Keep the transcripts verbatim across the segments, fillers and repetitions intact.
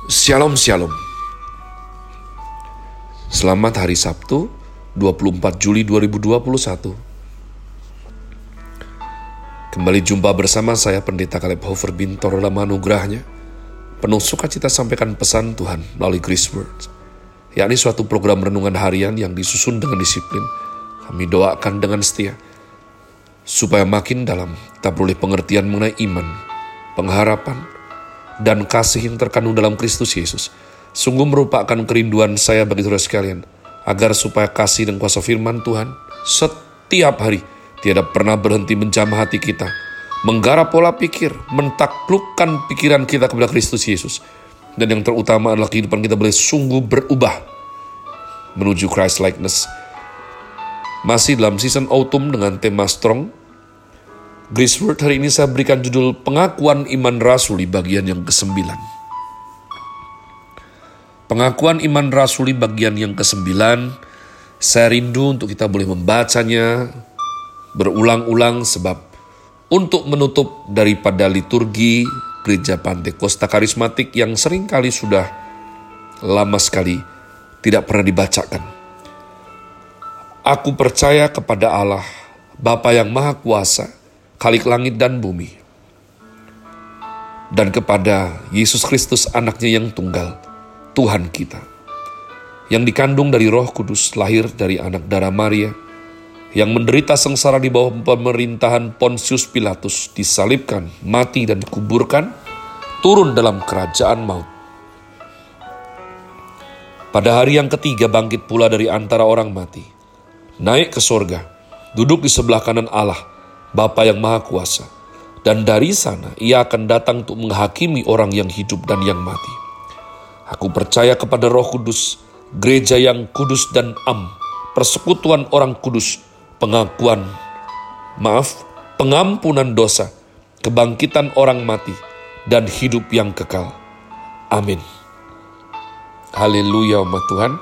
Shalom Shalom. Selamat hari Sabtu, dua puluh empat Juli dua ribu dua puluh satu. Kembali jumpa bersama saya Pendeta Caleb Hofer Bintor dalam anugerahnya. Penuh sukacita sampaikan pesan Tuhan melalui Grace Words, yakni suatu program renungan harian yang disusun dengan disiplin. Kami doakan dengan setia, supaya makin dalam kita beroleh pengertian mengenai iman, pengharapan, dan kasih yang terkandung dalam Kristus Yesus. Sungguh merupakan kerinduan saya bagi saudara sekalian, agar supaya kasih dan kuasa firman Tuhan setiap hari tiada pernah berhenti menjamah hati kita, menggarap pola pikir, mentaklukkan pikiran kita kepada Kristus Yesus. Dan yang terutama adalah kehidupan kita boleh sungguh berubah menuju Christ likeness. Masih dalam season autumn dengan tema Strong, Grace Word hari ini saya berikan judul Pengakuan Iman Rasuli bagian yang kesembilan. Pengakuan Iman Rasuli bagian yang kesembilan, saya rindu untuk kita boleh membacanya berulang-ulang sebab untuk menutup daripada liturgi Gereja Pantekosta Karismatik yang seringkali sudah lama sekali tidak pernah dibacakan. Aku percaya kepada Allah, Bapa yang Maha Kuasa, Khalik langit dan bumi, dan kepada Yesus Kristus anaknya yang tunggal, Tuhan kita, yang dikandung dari Roh Kudus, lahir dari anak darah Maria, yang menderita sengsara di bawah pemerintahan Pontius Pilatus, disalibkan, mati dan dikuburkan, turun dalam kerajaan maut. Pada hari yang ketiga bangkit pula dari antara orang mati, naik ke sorga, duduk di sebelah kanan Allah, Bapa yang Maha Kuasa, dan dari sana ia akan datang untuk menghakimi orang yang hidup dan yang mati. Aku percaya kepada Roh Kudus, gereja yang kudus dan am, persekutuan orang kudus, pengakuan, maaf, pengampunan dosa, kebangkitan orang mati, dan hidup yang kekal. Amin. Haleluya umat Tuhan.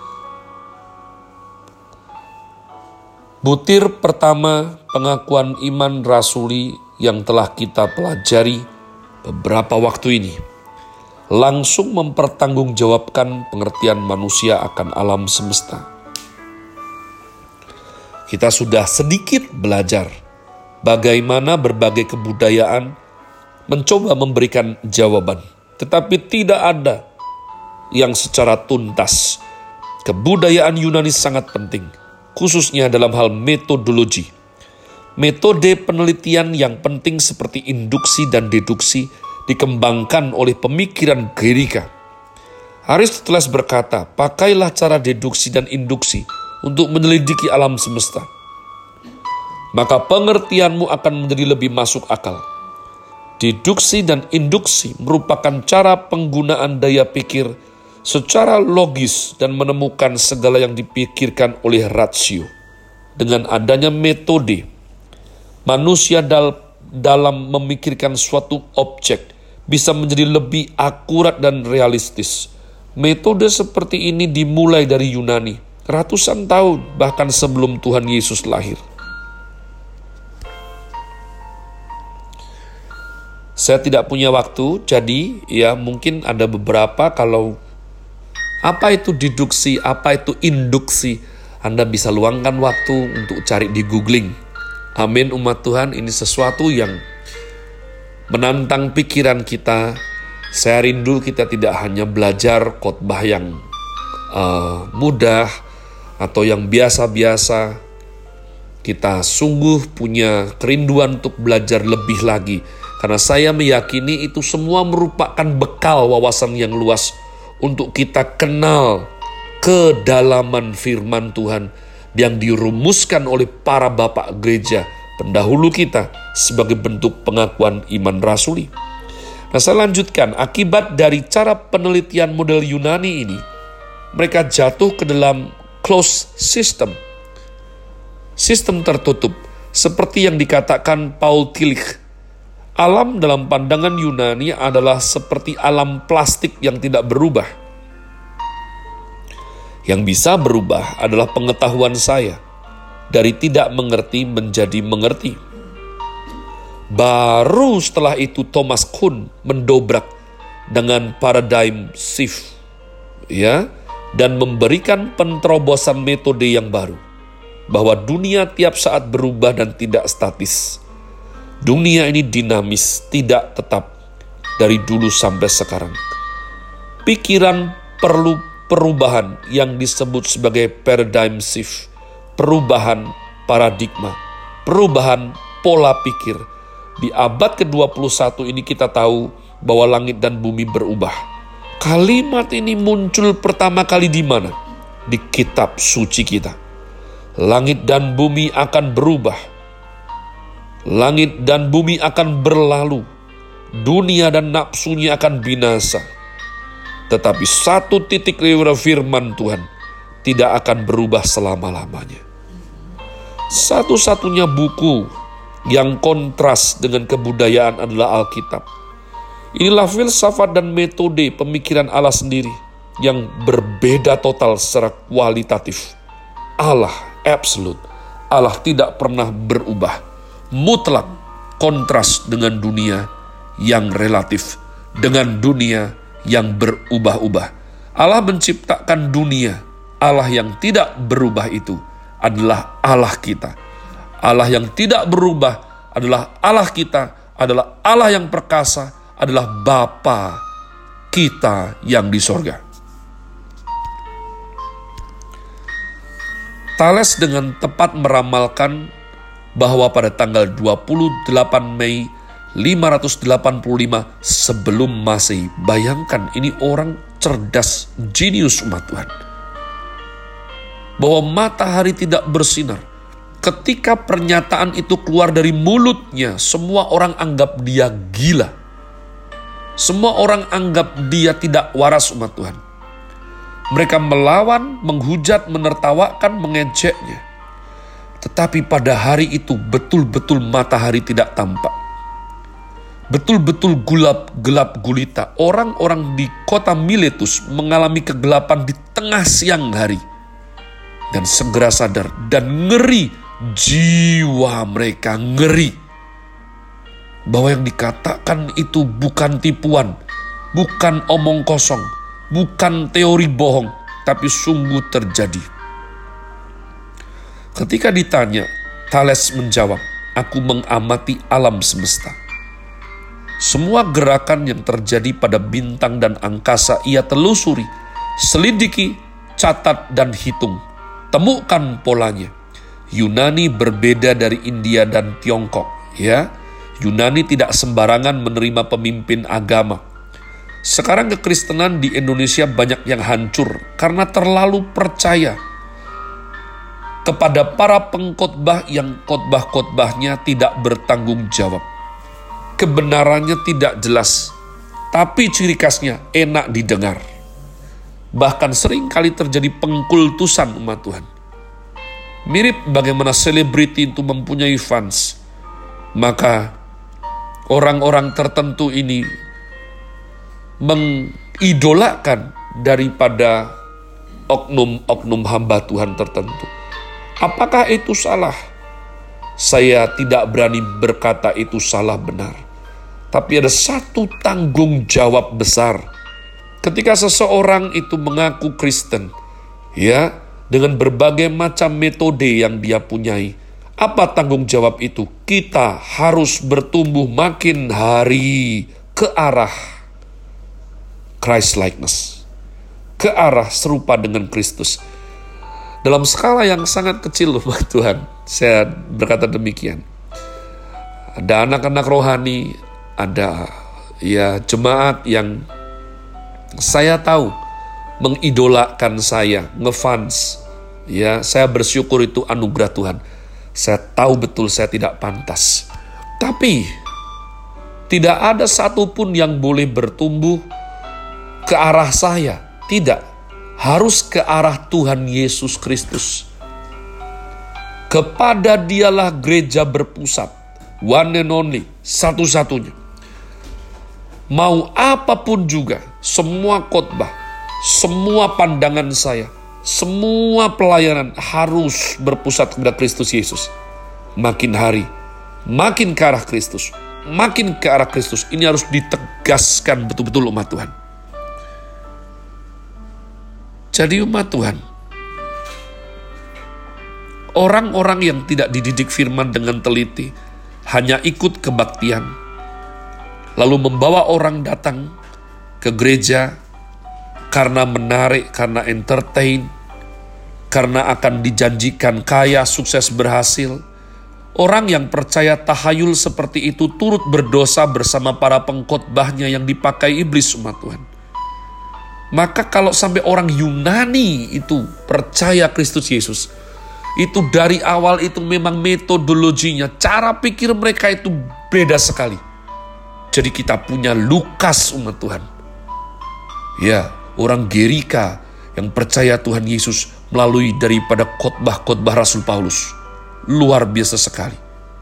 Butir pertama pengakuan iman rasuli yang telah kita pelajari beberapa waktu ini langsung mempertanggungjawabkan pengertian manusia akan alam semesta. Kita sudah sedikit belajar bagaimana berbagai kebudayaan mencoba memberikan jawaban, tetapi tidak ada yang secara tuntas. Kebudayaan Yunani sangat penting, khususnya dalam hal metodologi. Metode penelitian yang penting seperti induksi dan deduksi dikembangkan oleh pemikiran Gerika. Aristoteles berkata, pakailah cara deduksi dan induksi untuk menyelidiki alam semesta. Maka pengertianmu akan menjadi lebih masuk akal. Deduksi dan induksi merupakan cara penggunaan daya pikir secara logis dan menemukan segala yang dipikirkan oleh rasio. Dengan adanya metode, manusia dal- dalam memikirkan suatu objek bisa menjadi lebih akurat dan realistis. Metode seperti ini dimulai dari Yunani, ratusan tahun bahkan sebelum Tuhan Yesus lahir. Saya tidak punya waktu, jadi ya mungkin ada beberapa kalau apa itu deduksi, apa itu induksi, Anda bisa luangkan waktu untuk cari di googling. Amin umat Tuhan, ini sesuatu yang menantang pikiran kita. Saya rindu kita tidak hanya belajar khotbah yang uh, mudah atau yang biasa-biasa. Kita sungguh punya kerinduan untuk belajar lebih lagi. Karena saya meyakini itu semua merupakan bekal wawasan yang luas untuk kita kenal kedalaman firman Tuhan yang dirumuskan oleh para bapak gereja pendahulu kita sebagai bentuk pengakuan iman rasuli. Nah, saya lanjutkan, akibat dari cara penelitian model Yunani ini, mereka jatuh ke dalam closed system, sistem tertutup, seperti yang dikatakan Paul Tillich. Alam dalam pandangan Yunani adalah seperti alam plastik yang tidak berubah. Yang bisa berubah adalah pengetahuan saya, dari tidak mengerti menjadi mengerti. Baru setelah itu Thomas Kuhn mendobrak dengan paradigm shift, ya, dan memberikan penterobosan metode yang baru, bahwa dunia tiap saat berubah dan tidak statis. Dunia ini dinamis, tidak tetap dari dulu sampai sekarang. Pikiran perlu perubahan yang disebut sebagai paradigm shift, perubahan paradigma, perubahan pola pikir. Di abad ke dua puluh satu ini kita tahu bahwa langit dan bumi berubah. Kalimat ini muncul pertama kali di mana? Di kitab suci kita. Langit dan bumi akan berubah. Langit dan bumi akan berlalu. Dunia dan nafsunya akan binasa. Tetapi satu titik lewat firman Tuhan tidak akan berubah selama-lamanya. Satu-satunya buku yang kontras dengan kebudayaan adalah Alkitab. Inilah filsafat dan metode pemikiran Allah sendiri yang berbeda total secara kualitatif. Allah absolut. Allah tidak pernah berubah. Mutlak kontras dengan dunia yang relatif, dengan dunia yang berubah-ubah. Allah menciptakan dunia. Allah yang tidak berubah itu adalah Allah kita. Allah yang tidak berubah adalah Allah kita, adalah Allah yang perkasa, adalah Bapa kita yang di sorga. Thales dengan tepat meramalkan bahwa pada tanggal dua puluh delapan Mei lima ratus delapan puluh lima sebelum Masehi, bayangkan ini orang cerdas, jenius umat Tuhan, bahwa matahari tidak bersinar. Ketika pernyataan itu keluar dari mulutnya, semua orang anggap dia gila. Semua orang anggap dia tidak waras umat Tuhan. Mereka melawan, menghujat, menertawakan, mengejeknya. Tetapi pada hari itu betul-betul matahari tidak tampak. Betul-betul gelap-gelap gulita. Orang-orang di kota Miletus mengalami kegelapan di tengah siang hari. Dan segera sadar dan ngeri, jiwa mereka ngeri. Bahwa yang dikatakan itu bukan tipuan, bukan omong kosong, bukan teori bohong, tapi sungguh terjadi. Ketika ditanya, Thales menjawab, "Aku mengamati alam semesta. Semua gerakan yang terjadi pada bintang dan angkasa ia telusuri, selidiki, catat dan hitung. Temukan polanya. Yunani berbeda dari India dan Tiongkok, ya. Yunani tidak sembarangan menerima pemimpin agama. Sekarang kekristenan di Indonesia banyak yang hancur karena terlalu percaya kepada para pengkhotbah yang khotbah-khotbahnya tidak bertanggung jawab. Kebenarannya tidak jelas, tapi ciri khasnya enak didengar. Bahkan sering kali terjadi pengkultusan umat Tuhan. Mirip bagaimana selebriti itu mempunyai fans. Maka orang-orang tertentu ini mengidolakan daripada oknum-oknum hamba Tuhan tertentu. Apakah itu salah? Saya tidak berani berkata itu salah benar. Tapi ada satu tanggung jawab besar. Ketika seseorang itu mengaku Kristen, ya, dengan berbagai macam metode yang dia punyai, apa tanggung jawab itu? Kita harus bertumbuh makin hari ke arah Christ-likeness, ke arah serupa dengan Kristus. Dalam skala yang sangat kecil, umat Tuhan, saya berkata demikian. Ada anak-anak rohani, ada ya jemaat yang saya tahu mengidolakan saya, ngefans. Ya, saya bersyukur itu anugerah Tuhan. Saya tahu betul saya tidak pantas. Tapi tidak ada satupun yang boleh bertumbuh ke arah saya. Tidak. Harus ke arah Tuhan Yesus Kristus. Kepada dialah gereja berpusat. One and only. Satu-satunya. Mau apapun juga. Semua khotbah. Semua pandangan saya. Semua pelayanan harus berpusat kepada Kristus Yesus. Makin hari, makin ke arah Kristus. makin ke arah Kristus. Ini harus ditegaskan betul-betul umat Tuhan. Jadi umat Tuhan, orang-orang yang tidak dididik firman dengan teliti, hanya ikut kebaktian, lalu membawa orang datang ke gereja karena menarik, karena entertain, karena akan dijanjikan kaya, sukses, berhasil. Orang yang percaya tahayul seperti itu turut berdosa bersama para pengkhotbahnya yang dipakai iblis, umat Tuhan. Maka kalau sampai orang Yunani itu percaya Kristus Yesus, itu dari awal itu memang metodologinya, cara pikir mereka itu beda sekali. Jadi kita punya Lukas, umat Tuhan. Ya, orang Gerika yang percaya Tuhan Yesus melalui daripada khotbah-khotbah Rasul Paulus. Luar biasa sekali.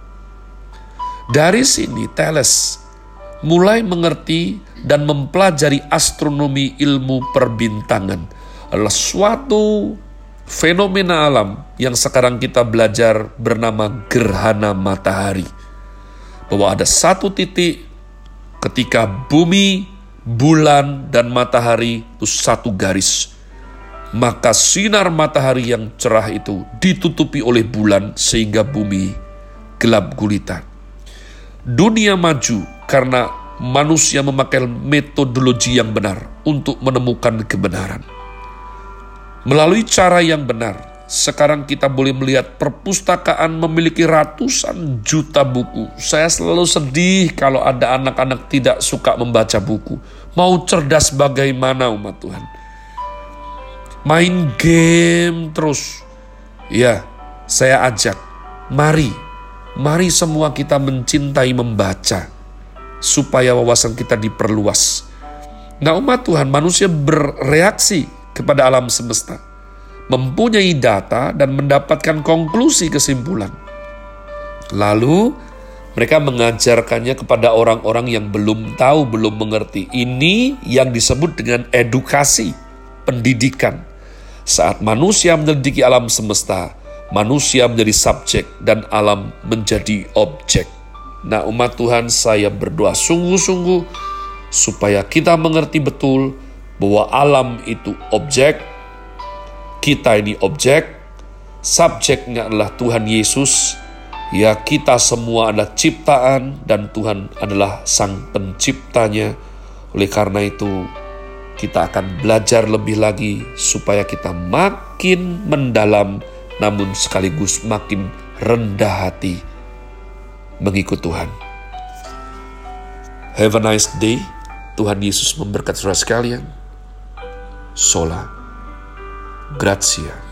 Dari sini Thales mulai mengerti dan mempelajari astronomi, ilmu perbintangan adalah suatu fenomena alam yang sekarang kita belajar bernama gerhana matahari. Bahwa ada satu titik ketika bumi, bulan, dan matahari itu satu garis. Maka sinar matahari yang cerah itu ditutupi oleh bulan sehingga bumi gelap gulita. Dunia maju karena manusia memakai metodologi yang benar untuk menemukan kebenaran. Melalui cara yang benar, sekarang kita boleh melihat perpustakaan memiliki ratusan juta buku. Saya selalu sedih kalau ada anak-anak tidak suka membaca buku. Mau cerdas bagaimana umat Tuhan? Main game terus. Ya, saya ajak, mari, mari semua kita mencintai membaca, supaya wawasan kita diperluas. Nah umat Tuhan, manusia bereaksi kepada alam semesta, mempunyai data dan mendapatkan konklusi kesimpulan. Lalu mereka mengajarkannya kepada orang-orang yang belum tahu, belum mengerti. Ini yang disebut dengan edukasi, pendidikan. Saat manusia menyelidiki alam semesta, manusia menjadi subjek dan alam menjadi objek. Nah umat Tuhan, saya berdoa sungguh-sungguh supaya kita mengerti betul bahwa alam itu objek, kita ini objek, subjeknya adalah Tuhan Yesus. Ya, kita semua adalah ciptaan dan Tuhan adalah sang penciptanya. Oleh karena itu, kita akan belajar lebih lagi supaya kita makin mendalam namun sekaligus makin rendah hati mengikut Tuhan. Have a nice day. Tuhan Yesus memberkati saudara sekalian. Sola Gratia.